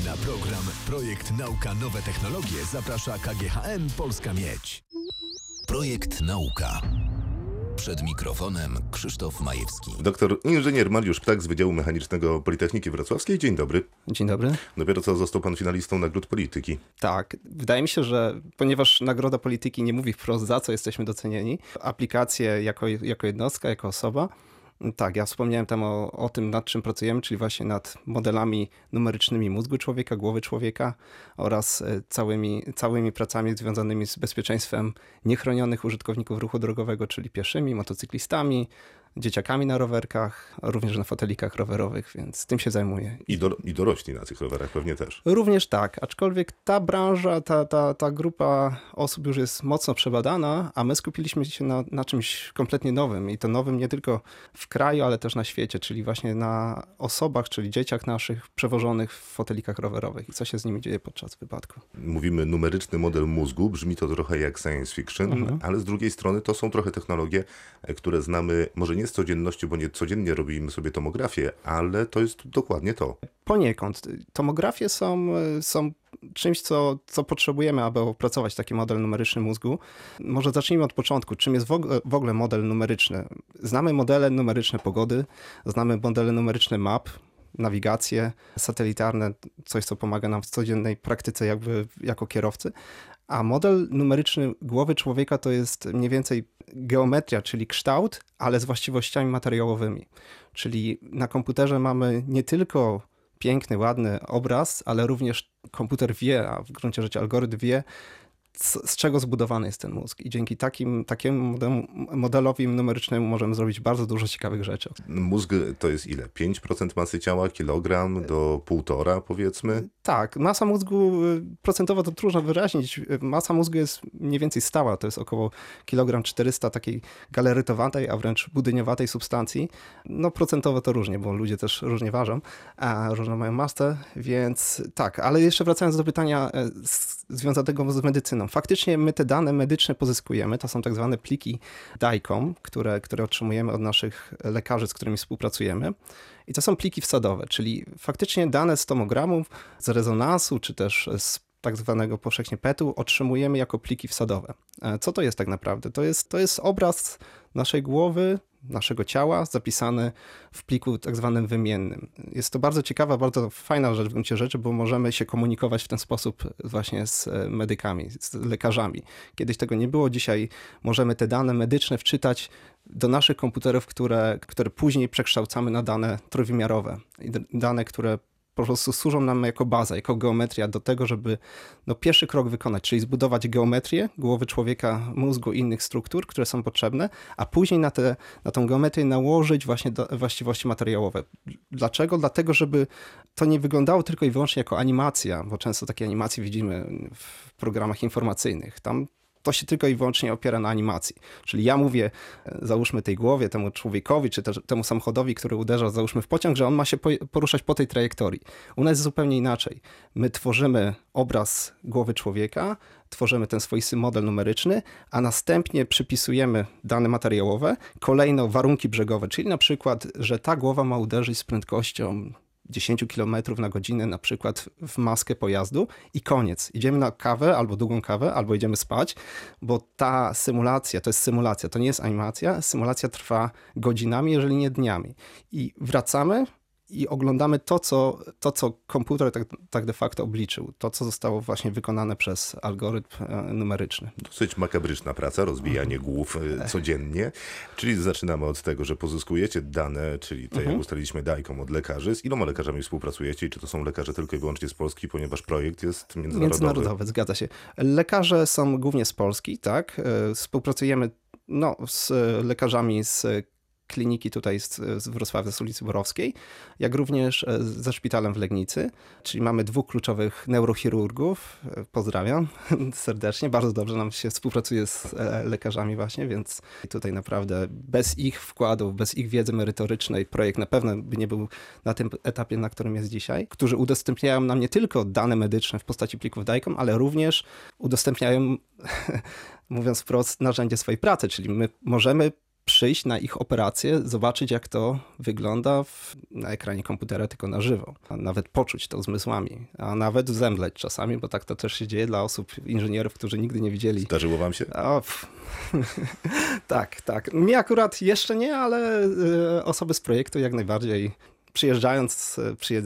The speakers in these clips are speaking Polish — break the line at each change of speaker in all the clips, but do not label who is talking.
Na program Projekt Nauka Nowe Technologie zaprasza KGHM Polska Miedź. Projekt Nauka. Przed mikrofonem Krzysztof Majewski.
Doktor inżynier Mariusz Ptak z Wydziału Mechanicznego Politechniki Wrocławskiej. Dzień dobry.
Dzień dobry.
Dopiero co został pan finalistą Nagród Polityki.
Tak, wydaje mi się, że ponieważ Nagroda Polityki nie mówi wprost, za co jesteśmy docenieni, aplikacje jako jednostka, jako osoba, tak, ja wspomniałem tam o tym, nad czym pracujemy, czyli właśnie nad modelami numerycznymi mózgu człowieka, głowy człowieka oraz całymi pracami związanymi z bezpieczeństwem niechronionych użytkowników ruchu drogowego, czyli pieszymi, motocyklistami, dzieciakami na rowerkach, również na fotelikach rowerowych, więc tym się zajmuję.
I dorośli na tych rowerach pewnie też.
Również tak, aczkolwiek ta branża, ta grupa osób już jest mocno przebadana, a my skupiliśmy się na czymś kompletnie nowym i to nowym nie tylko w kraju, ale też na świecie, czyli właśnie na osobach, czyli dzieciach naszych przewożonych w fotelikach rowerowych i co się z nimi dzieje podczas wypadku.
Mówimy numeryczny model mózgu, brzmi to trochę jak science fiction, ale z drugiej strony to są trochę technologie, które znamy, może nie z codzienności, bo nie codziennie robimy sobie tomografię, ale to jest dokładnie to.
Poniekąd. Tomografie są czymś, co potrzebujemy, aby opracować taki model numeryczny mózgu. Może zacznijmy od początku. Czym jest w ogóle model numeryczny? Znamy modele numeryczne pogody, znamy modele numeryczne map, nawigacje satelitarne, coś co pomaga nam w codziennej praktyce jako kierowcy. A model numeryczny głowy człowieka to jest mniej więcej geometria, czyli kształt, ale z właściwościami materiałowymi. Czyli na komputerze mamy nie tylko piękny, ładny obraz, ale również komputer wie, a w gruncie rzeczy algorytm wie, z czego zbudowany jest ten mózg. I dzięki takiemu modelowi numerycznemu możemy zrobić bardzo dużo ciekawych rzeczy.
Mózg to jest ile? 5% masy ciała, kilogram do 1,5 powiedzmy?
Tak, masa mózgu procentowo to trudno wyrazić. Masa mózgu jest mniej więcej stała, to jest około 1,4 kg takiej galerytowatej, a wręcz budyniowatej substancji. No procentowo to różnie, bo ludzie też różnie ważą, a różną mają masę, więc tak. Ale jeszcze wracając do pytania związanego z medycyną. Faktycznie my te dane medyczne pozyskujemy, to są tak zwane pliki DICOM, które otrzymujemy od naszych lekarzy, z którymi współpracujemy. I to są pliki wsadowe, czyli faktycznie dane z tomogramów, z rezonansu, czy też z tak zwanego powszechnie PET-u otrzymujemy jako pliki wsadowe. Co to jest tak naprawdę? To jest obraz naszej głowy, naszego ciała zapisany w pliku tak zwanym wymiennym. Jest to bardzo ciekawa, bardzo fajna rzecz w gruncie rzeczy, bo możemy się komunikować w ten sposób właśnie z medykami, z lekarzami. Kiedyś tego nie było, dzisiaj możemy te dane medyczne wczytać do naszych komputerów, które później przekształcamy na dane trójwymiarowe. Dane, które po prostu służą nam jako baza, jako geometria do tego, żeby pierwszy krok wykonać, czyli zbudować geometrię głowy człowieka, mózgu i innych struktur, które są potrzebne, a później na tą geometrię nałożyć właśnie właściwości materiałowe. Dlaczego? Dlatego, żeby to nie wyglądało tylko i wyłącznie jako animacja, bo często takie animacje widzimy w programach informacyjnych. Tam to się tylko i wyłącznie opiera na animacji. Czyli ja mówię, załóżmy tej głowie, temu człowiekowi, czy też temu samochodowi, który uderza, załóżmy w pociąg, że on ma się poruszać po tej trajektorii. U nas jest zupełnie inaczej. My tworzymy obraz głowy człowieka, tworzymy ten swoisty model numeryczny, a następnie przypisujemy dane materiałowe, kolejno warunki brzegowe, czyli na przykład, że ta głowa ma uderzyć z prędkością 10 km na godzinę na przykład w maskę pojazdu i koniec. Idziemy na kawę albo długą kawę, albo idziemy spać, bo ta symulacja, to jest symulacja, to nie jest animacja. Symulacja trwa godzinami, jeżeli nie dniami. I wracamy i oglądamy to, co komputer tak de facto obliczył. To, co zostało właśnie wykonane przez algorytm numeryczny.
Dosyć makabryczna praca, rozbijanie głów codziennie. Czyli zaczynamy od tego, że pozyskujecie dane, czyli te, jak ustaliliśmy, DICOM od lekarzy. Z iloma lekarzami współpracujecie i czy to są lekarze tylko i wyłącznie z Polski, ponieważ projekt jest międzynarodowy? Międzynarodowy,
zgadza się. Lekarze są głównie z Polski, tak. Współpracujemy z lekarzami z kliniki tutaj z Wrocławia, z ulicy Borowskiej, jak również ze szpitalem w Legnicy, czyli mamy 2 kluczowych neurochirurgów. Pozdrawiam serdecznie, bardzo dobrze nam się współpracuje z lekarzami właśnie, więc tutaj naprawdę bez ich wkładu, bez ich wiedzy merytorycznej projekt na pewno by nie był na tym etapie, na którym jest dzisiaj, którzy udostępniają nam nie tylko dane medyczne w postaci plików DICOM, ale również udostępniają, mówiąc wprost, narzędzie swojej pracy, czyli my możemy przyjść na ich operację, zobaczyć jak to wygląda na ekranie komputera, tylko na żywo. A nawet poczuć to zmysłami, a nawet zemdleć czasami, bo tak to też się dzieje dla osób, inżynierów, którzy nigdy nie widzieli.
Zdarzyło wam się?
Tak. Mnie akurat jeszcze nie, ale osoby z projektu jak najbardziej. Przyjeżdżając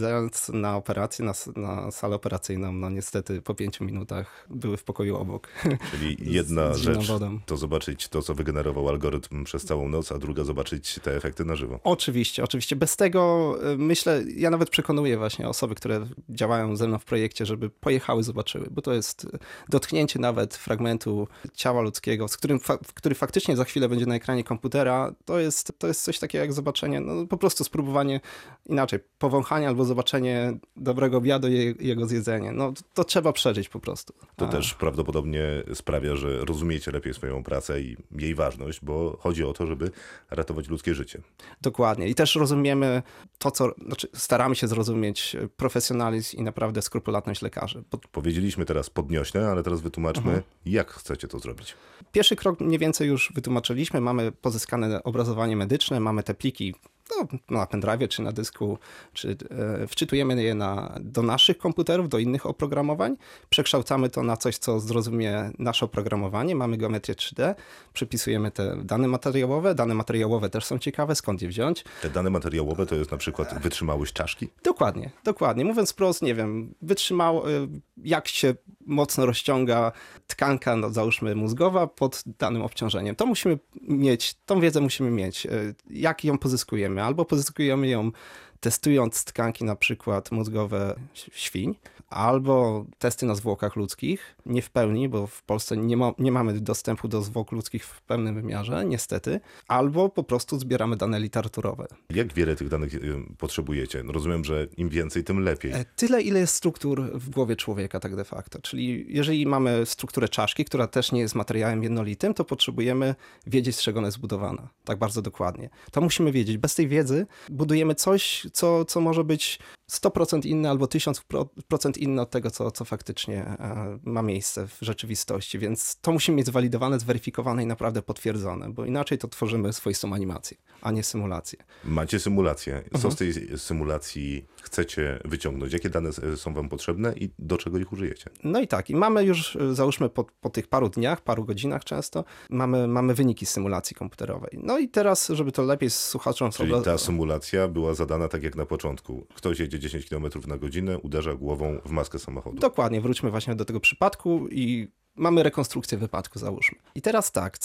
na operację, na salę operacyjną, no niestety po 5 minutach były w pokoju obok.
Czyli jedna
z
rzecz
wodą.
to zobaczyć to, co wygenerował algorytm przez całą noc, a druga zobaczyć te efekty na żywo.
Oczywiście. Bez tego myślę, ja nawet przekonuję właśnie osoby, które działają ze mną w projekcie, żeby pojechały, zobaczyły, bo to jest dotknięcie nawet fragmentu ciała ludzkiego, który faktycznie za chwilę będzie na ekranie komputera. To jest coś takiego jak zobaczenie, no po prostu spróbowanie inaczej, powąchanie albo zobaczenie dobrego obiadu i jego zjedzenie. No to trzeba przeżyć po prostu.
To też prawdopodobnie sprawia, że rozumiecie lepiej swoją pracę i jej ważność, bo chodzi o to, żeby ratować ludzkie życie.
Dokładnie. I też rozumiemy staramy się zrozumieć profesjonalizm i naprawdę skrupulatność lekarzy.
Powiedzieliśmy teraz podniośle, ale teraz wytłumaczmy, jak chcecie to zrobić.
Pierwszy krok mniej więcej już wytłumaczyliśmy. Mamy pozyskane obrazowanie medyczne, mamy te pliki na pendrive'ie czy na dysku, czy wczytujemy je do naszych komputerów, do innych oprogramowań, przekształcamy to na coś, co zrozumie nasze oprogramowanie, mamy geometrię 3D, przypisujemy te dane materiałowe. Dane materiałowe też są ciekawe, skąd je wziąć.
Te dane materiałowe to jest na przykład wytrzymałość czaszki?
Dokładnie. Mówiąc wprost, nie wiem, jak się mocno rozciąga tkanka, załóżmy mózgowa pod danym obciążeniem. Tą wiedzę musimy mieć. Jak ją pozyskujemy? Albo pozyskujemy ją testując tkanki na przykład mózgowe świń, albo testy na zwłokach ludzkich, nie w pełni, bo w Polsce nie mamy dostępu do zwłok ludzkich w pełnym wymiarze, niestety, albo po prostu zbieramy dane literaturowe.
Jak wiele tych danych potrzebujecie? No rozumiem, że im więcej, tym lepiej.
Tyle, ile jest struktur w głowie człowieka tak de facto. Czyli jeżeli mamy strukturę czaszki, która też nie jest materiałem jednolitym, to potrzebujemy wiedzieć, z czego ona jest zbudowana. Tak bardzo dokładnie. To musimy wiedzieć. Bez tej wiedzy budujemy coś, co może być 100% inne albo 1000% inne od tego, co faktycznie ma miejsce w rzeczywistości. Więc to musi mieć zwalidowane, zweryfikowane i naprawdę potwierdzone, bo inaczej to tworzymy swoistą animację, a nie symulację.
Macie symulację. Co z tej symulacji chcecie wyciągnąć? Jakie dane są wam potrzebne i do czego ich użyjecie?
No i tak. I mamy już, załóżmy po tych paru dniach, paru godzinach często, mamy wyniki z symulacji komputerowej. No i teraz, żeby to lepiej z słuchaczom...
Czyli ta symulacja była zadana tak jak na początku. Ktoś jedzie 10 km na godzinę, uderza głową w maskę samochodu.
Dokładnie, wróćmy właśnie do tego przypadku i mamy rekonstrukcję wypadku, załóżmy. I teraz tak,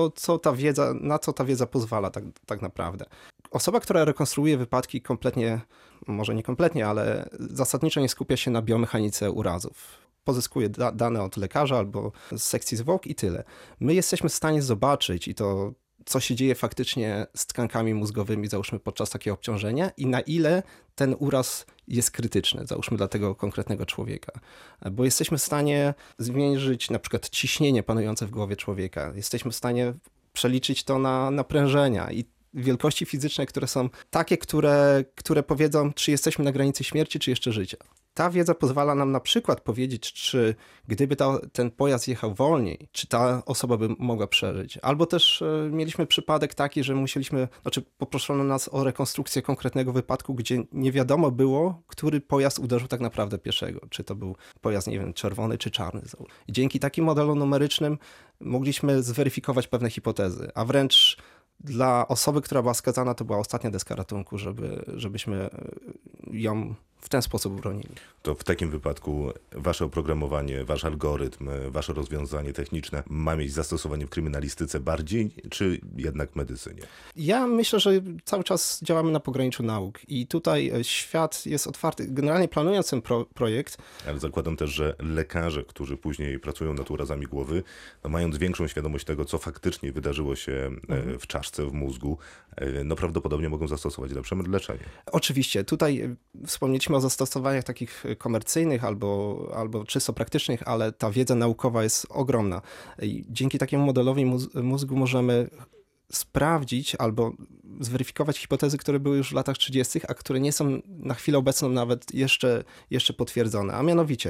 na co ta wiedza pozwala tak naprawdę? Osoba, która rekonstruuje wypadki kompletnie, może nie kompletnie, ale zasadniczo nie skupia się na biomechanice urazów. Pozyskuje dane od lekarza albo z sekcji zwłok i tyle. My jesteśmy w stanie zobaczyć i to co się dzieje faktycznie z tkankami mózgowymi, załóżmy podczas takiego obciążenia i na ile ten uraz jest krytyczny, załóżmy dla tego konkretnego człowieka. Bo jesteśmy w stanie zmierzyć na przykład ciśnienie panujące w głowie człowieka. Jesteśmy w stanie przeliczyć to na naprężenia i wielkości fizyczne, które są takie, które powiedzą, czy jesteśmy na granicy śmierci, czy jeszcze życia. Ta wiedza pozwala nam na przykład powiedzieć, czy gdyby ten pojazd jechał wolniej, czy ta osoba by mogła przeżyć. Albo też mieliśmy przypadek taki, że poproszono nas o rekonstrukcję konkretnego wypadku, gdzie nie wiadomo było, który pojazd uderzył tak naprawdę pieszego. Czy to był pojazd, nie wiem, czerwony czy czarny. I dzięki takim modelom numerycznym mogliśmy zweryfikować pewne hipotezy, a wręcz dla osoby, która była skazana, to była ostatnia deska ratunku, żebyśmy ją w ten sposób bronili.
To w takim wypadku wasze oprogramowanie, wasz algorytm, wasze rozwiązanie techniczne ma mieć zastosowanie w kryminalistyce bardziej, czy jednak w medycynie?
Ja myślę, że cały czas działamy na pograniczu nauk i tutaj świat jest otwarty. Generalnie planując ten projekt...
Ale zakładam też, że lekarze, którzy później pracują nad urazami głowy, mając większą świadomość tego, co faktycznie wydarzyło się w czaszce, w mózgu, prawdopodobnie mogą zastosować lepsze leczenie. Oczywiście.
Tutaj wspomnieliśmy o zastosowaniach takich komercyjnych albo czysto praktycznych, ale ta wiedza naukowa jest ogromna. I dzięki takiemu modelowi mózgu możemy sprawdzić albo zweryfikować hipotezy, które były już w latach 30., a które nie są na chwilę obecną nawet jeszcze potwierdzone. A mianowicie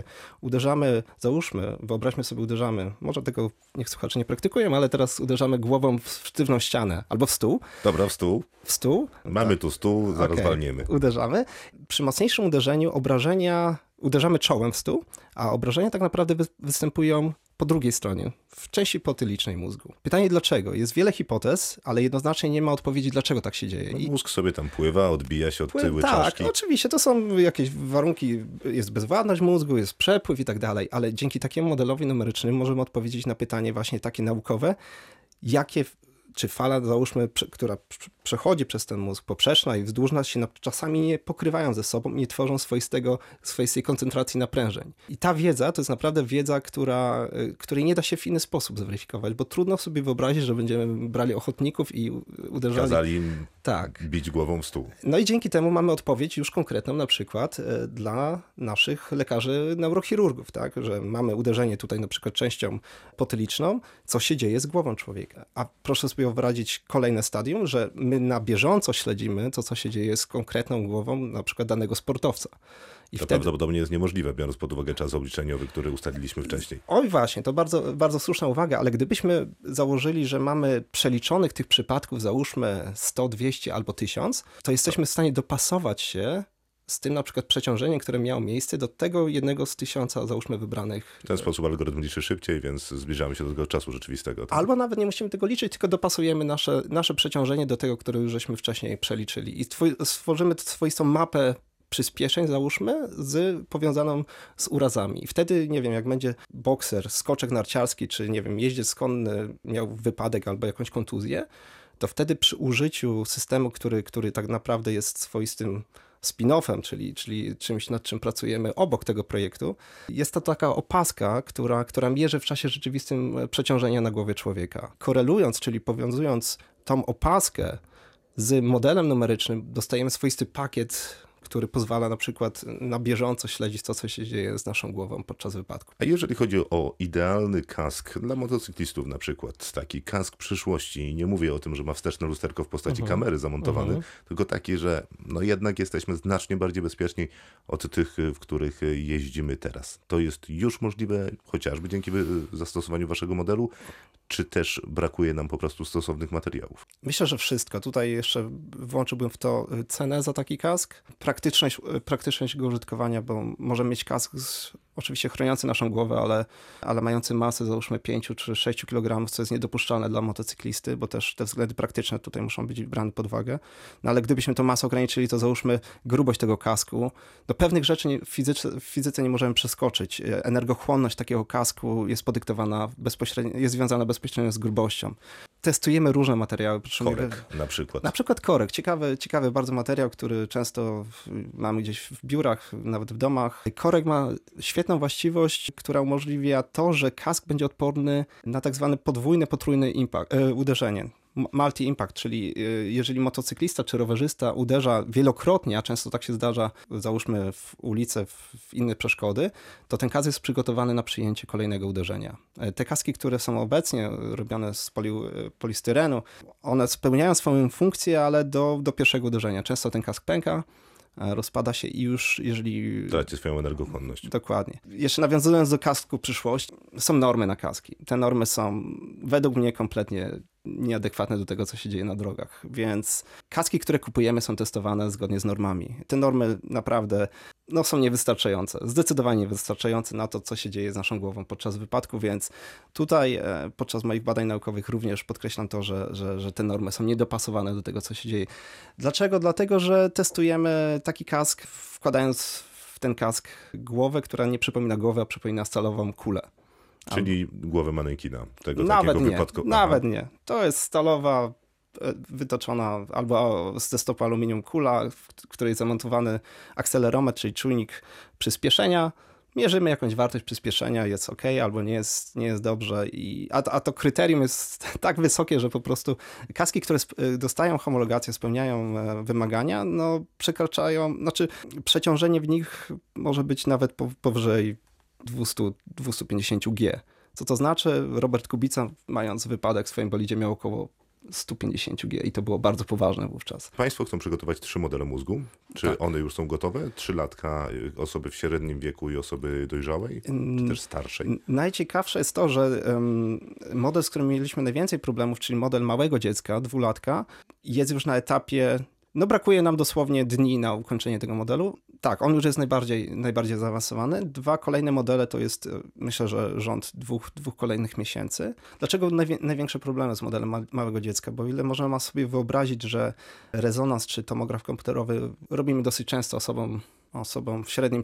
wyobraźmy sobie, może tego niech słuchacze nie praktykują, ale teraz uderzamy głową w sztywną ścianę albo w stół.
Dobra, w stół.
W stół?
Mamy
tak.
Tu stół, zaraz walniemy.
Uderzamy. Przy mocniejszym uderzeniu uderzamy czołem w stół, a obrażenia tak naprawdę występują po drugiej stronie, w części potylicznej mózgu. Pytanie dlaczego? Jest wiele hipotez, ale jednoznacznie nie ma odpowiedzi, dlaczego tak się dzieje.
Mózg sobie tam pływa, odbija się od tyłu czaszki.
Tak, oczywiście, to są jakieś warunki, jest bezwładność mózgu, jest przepływ i tak dalej, ale dzięki takiemu modelowi numerycznemu możemy odpowiedzieć na pytanie właśnie takie naukowe, czy fala, załóżmy, która przechodzi przez ten mózg, poprzeczna i wzdłużna się czasami nie pokrywają ze sobą, nie tworzą swoistej koncentracji naprężeń. I ta wiedza to jest naprawdę wiedza, której nie da się w inny sposób zweryfikować, bo trudno sobie wyobrazić, że będziemy brali ochotników i uderzali.
Kazali im bić głową w stół.
No i dzięki temu mamy odpowiedź już konkretną na przykład dla naszych lekarzy neurochirurgów, tak? Że mamy uderzenie tutaj na przykład częścią potyliczną, co się dzieje z głową człowieka. A proszę sobie wyobrazić kolejne stadium, że my na bieżąco śledzimy to, co się dzieje z konkretną głową na przykład danego sportowca. I
to
wtedy
prawdopodobnie jest niemożliwe, biorąc pod uwagę czas obliczeniowy, który ustaliliśmy wcześniej.
Oj właśnie, to bardzo, bardzo słuszna uwaga, ale gdybyśmy założyli, że mamy przeliczonych tych przypadków, załóżmy 100, 200 albo 1000, to jesteśmy w stanie dopasować się z tym na przykład przeciążeniem, które miało miejsce do tego jednego z 1000, załóżmy, wybranych.
W ten sposób algorytm liczy szybciej, więc zbliżamy się do tego czasu rzeczywistego. Tak?
Albo nawet nie musimy tego liczyć, tylko dopasujemy nasze przeciążenie do tego, które już żeśmy wcześniej przeliczyli. I stworzymy swoistą mapę przyspieszeń, załóżmy, powiązaną z urazami. I wtedy, nie wiem, jak będzie bokser, skoczek narciarski, czy nie wiem, jeździec konny miał wypadek albo jakąś kontuzję, to wtedy przy użyciu systemu, który tak naprawdę jest swoistym spin-offem, czyli czymś, nad czym pracujemy obok tego projektu, jest to taka opaska, która mierzy w czasie rzeczywistym przeciążenia na głowie człowieka. Korelując, czyli powiązując tą opaskę z modelem numerycznym, dostajemy swoisty pakiet, który pozwala na przykład na bieżąco śledzić to, co się dzieje z naszą głową podczas wypadku.
A jeżeli chodzi o idealny kask dla motocyklistów na przykład, taki kask przyszłości, nie mówię o tym, że ma wsteczne lusterko w postaci kamery zamontowany, tylko taki, że no jednak jesteśmy znacznie bardziej bezpieczni od tych, w których jeździmy teraz. To jest już możliwe, chociażby dzięki zastosowaniu waszego modelu, czy też brakuje nam po prostu stosownych materiałów?
Myślę, że wszystko. Tutaj jeszcze włączyłbym w to cenę za taki kask, praktyczność jego użytkowania, bo możemy mieć kask oczywiście chroniący naszą głowę, ale mający masę załóżmy 5 czy 6 kg, co jest niedopuszczalne dla motocyklisty, bo też te względy praktyczne tutaj muszą być brane pod uwagę. No ale gdybyśmy tą masę ograniczyli, to załóżmy grubość tego kasku. Do pewnych rzeczy w fizyce nie możemy przeskoczyć. Energochłonność takiego kasku jest podyktowana bezpośrednio, jest związana bezpośrednio z grubością. Testujemy różne materiały.
Korek na przykład.
Na przykład korek. Ciekawy bardzo materiał, który często mamy gdzieś w biurach, nawet w domach. Korek ma świetną właściwość, która umożliwia to, że kask będzie odporny na tak zwane podwójne, potrójne uderzenie. Multi-impact, czyli jeżeli motocyklista czy rowerzysta uderza wielokrotnie, a często tak się zdarza, załóżmy w ulicę, w inne przeszkody, to ten kask jest przygotowany na przyjęcie kolejnego uderzenia. Te kaski, które są obecnie robione z polistyrenu, one spełniają swoją funkcję, ale do pierwszego uderzenia. Często ten kask pęka, rozpada się i już jeżeli...
Traci swoją energochłonność.
Dokładnie. Jeszcze nawiązując do kasku przyszłości, są normy na kaski. Te normy są według mnie kompletnie nieadekwatne do tego, co się dzieje na drogach, więc kaski, które kupujemy, są testowane zgodnie z normami. Te normy naprawdę są niewystarczające, zdecydowanie niewystarczające na to, co się dzieje z naszą głową podczas wypadku, więc tutaj podczas moich badań naukowych również podkreślam to, że te normy są niedopasowane do tego, co się dzieje. Dlaczego? Dlatego, że testujemy taki kask, wkładając w ten kask głowę, która nie przypomina głowy, a przypomina stalową kulę.
Czyli głowę manekina, takiego wypadku.
Nawet nie. To jest stalowa, wytoczona albo z destopu aluminium kula, w której jest zamontowany akcelerometr, czyli czujnik przyspieszenia. Mierzymy jakąś wartość przyspieszenia, jest ok, albo nie jest dobrze. A to kryterium jest tak wysokie, że po prostu kaski, które dostają homologację, spełniają wymagania, przekraczają, przeciążenie w nich może być nawet powyżej 200-250 G. Co to znaczy? Robert Kubica, mając wypadek w swoim bolidzie, miał około 150G i to było bardzo poważne wówczas.
Państwo chcą przygotować 3 modele mózgu. Czy
Tak.
one już są gotowe? 3-latka, osoby w średnim wieku i osoby dojrzałej? Czy też starszej?
Najciekawsze jest to, że model, z którym mieliśmy najwięcej problemów, czyli model małego dziecka, 2-latka, jest już na etapie, no brakuje nam dosłownie dni na ukończenie tego modelu. Tak, on już jest najbardziej zaawansowany. 2 kolejne modele to jest, myślę, że rząd dwóch kolejnych miesięcy. Dlaczego największe problemy z modelem małego dziecka? Bo ile można sobie wyobrazić, że rezonans czy tomograf komputerowy robimy dosyć często osobom w średnim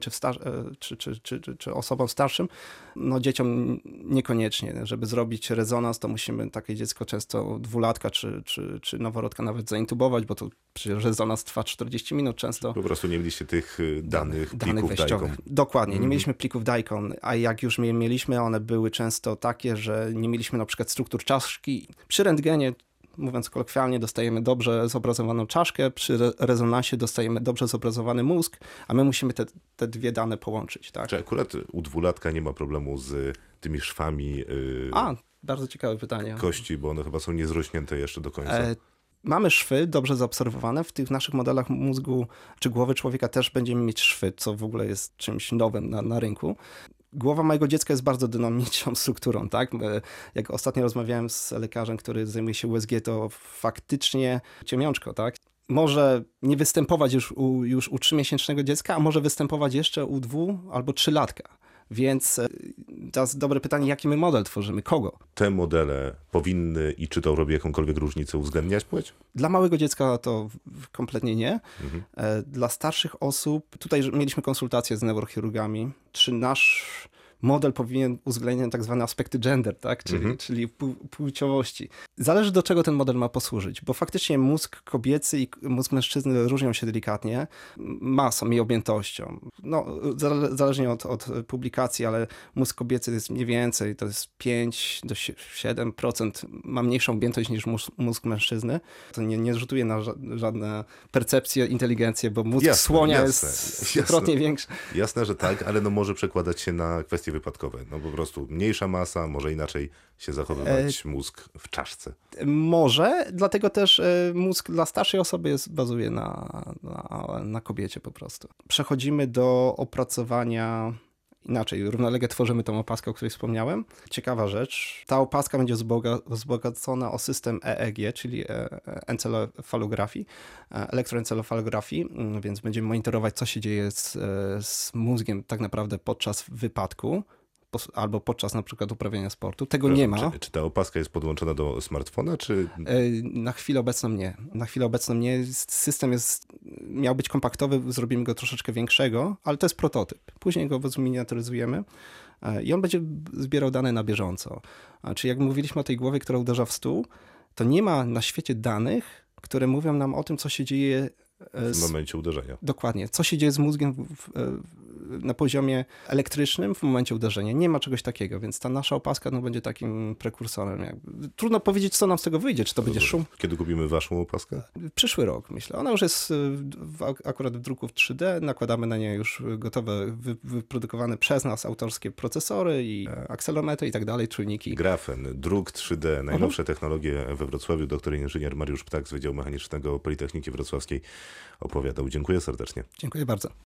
czy osobom starszym, no dzieciom niekoniecznie. Żeby zrobić rezonans, to musimy takie dziecko często 2-latka czy noworodka nawet zaintubować, bo to przecież rezonans trwa 40 minut często.
Po prostu nie mieliście tych danych plików
wejściowych.
DICOM.
Dokładnie, nie mieliśmy plików DICOM, a jak już je mieliśmy, one były często takie, że nie mieliśmy na przykład struktur czaszki. Przy rentgenie, mówiąc kolokwialnie, dostajemy dobrze zobrazowaną czaszkę, przy rezonansie dostajemy dobrze zobrazowany mózg, a my musimy te dwie dane połączyć. Tak?
Czy akurat u 2-latka nie ma problemu z tymi szwami
Bardzo ciekawe pytanie.
kości, bo one chyba są niezrośnięte jeszcze do końca.
Mamy szwy dobrze zaobserwowane. W tych naszych modelach mózgu czy głowy człowieka też będziemy mieć szwy, co w ogóle jest czymś nowym na rynku. Głowa mojego dziecka jest bardzo dynamiczną strukturą, tak? Jak ostatnio rozmawiałem z lekarzem, który zajmuje się USG, to faktycznie ciemiączko, tak? Może nie występować już u 3-miesięcznego dziecka, a może występować jeszcze u 2- albo 3-latka. Więc teraz dobre pytanie, jaki my model tworzymy, kogo?
Te modele powinny i czy to robi jakąkolwiek różnicę uwzględniać płeć?
Dla małego dziecka to kompletnie nie. Dla starszych osób, tutaj mieliśmy konsultacje z neurochirurgami, czy nasz model powinien uwzględniać tak zwane aspekty gender, tak? Czyli płciowości. Zależy, do czego ten model ma posłużyć, bo faktycznie mózg kobiecy i mózg mężczyzny różnią się delikatnie masą i objętością. No, zależnie od publikacji, ale mózg kobiecy jest mniej więcej, to jest 5-7%, ma mniejszą objętość niż mózg mężczyzny. To nie rzutuje na żadne percepcje, inteligencję, bo mózg słonia jest dwukrotnie większy.
Jasne, że tak, ale no może przekładać się na kwestie wypadkowe. No po prostu mniejsza masa, może inaczej się zachowywać mózg w czaszce.
Może, dlatego też mózg dla starszej osoby bazuje na kobiecie po prostu. Przechodzimy do opracowania inaczej. Równolegle tworzymy tą opaskę, o której wspomniałem. Ciekawa rzecz. Ta opaska będzie wzbogacona o system EEG, czyli encefalografii, elektroencefalografii, więc będziemy monitorować, co się dzieje z mózgiem tak naprawdę podczas wypadku albo podczas na przykład uprawiania sportu. Tego nie ma.
Czy ta opaska jest podłączona do smartfona, czy...
Na chwilę obecną nie. Na chwilę obecną nie. System miał być kompaktowy, zrobimy go troszeczkę większego, ale to jest prototyp. Później go zminiaturyzujemy i on będzie zbierał dane na bieżąco. Czyli jak mówiliśmy o tej głowie, która uderza w stół, to nie ma na świecie danych, które mówią nam o tym, co się dzieje
w momencie uderzenia.
Dokładnie. Co się dzieje z mózgiem na poziomie elektrycznym w momencie uderzenia. Nie ma czegoś takiego, więc ta nasza opaska będzie takim prekursorem. Trudno powiedzieć, co nam z tego wyjdzie. Czy to będzie szum?
Kiedy kupimy waszą opaskę?
Przyszły rok, myślę. Ona już jest akurat w druku w 3D. Nakładamy na nie już gotowe, wyprodukowane przez nas autorskie procesory i akcelerometry i tak dalej, czujniki.
Grafen, druk 3D, najnowsze technologie we Wrocławiu. Doktor inżynier Mariusz Ptak z Wydziału Mechanicznego Politechniki Wrocławskiej opowiadał. Dziękuję serdecznie.
Dziękuję bardzo.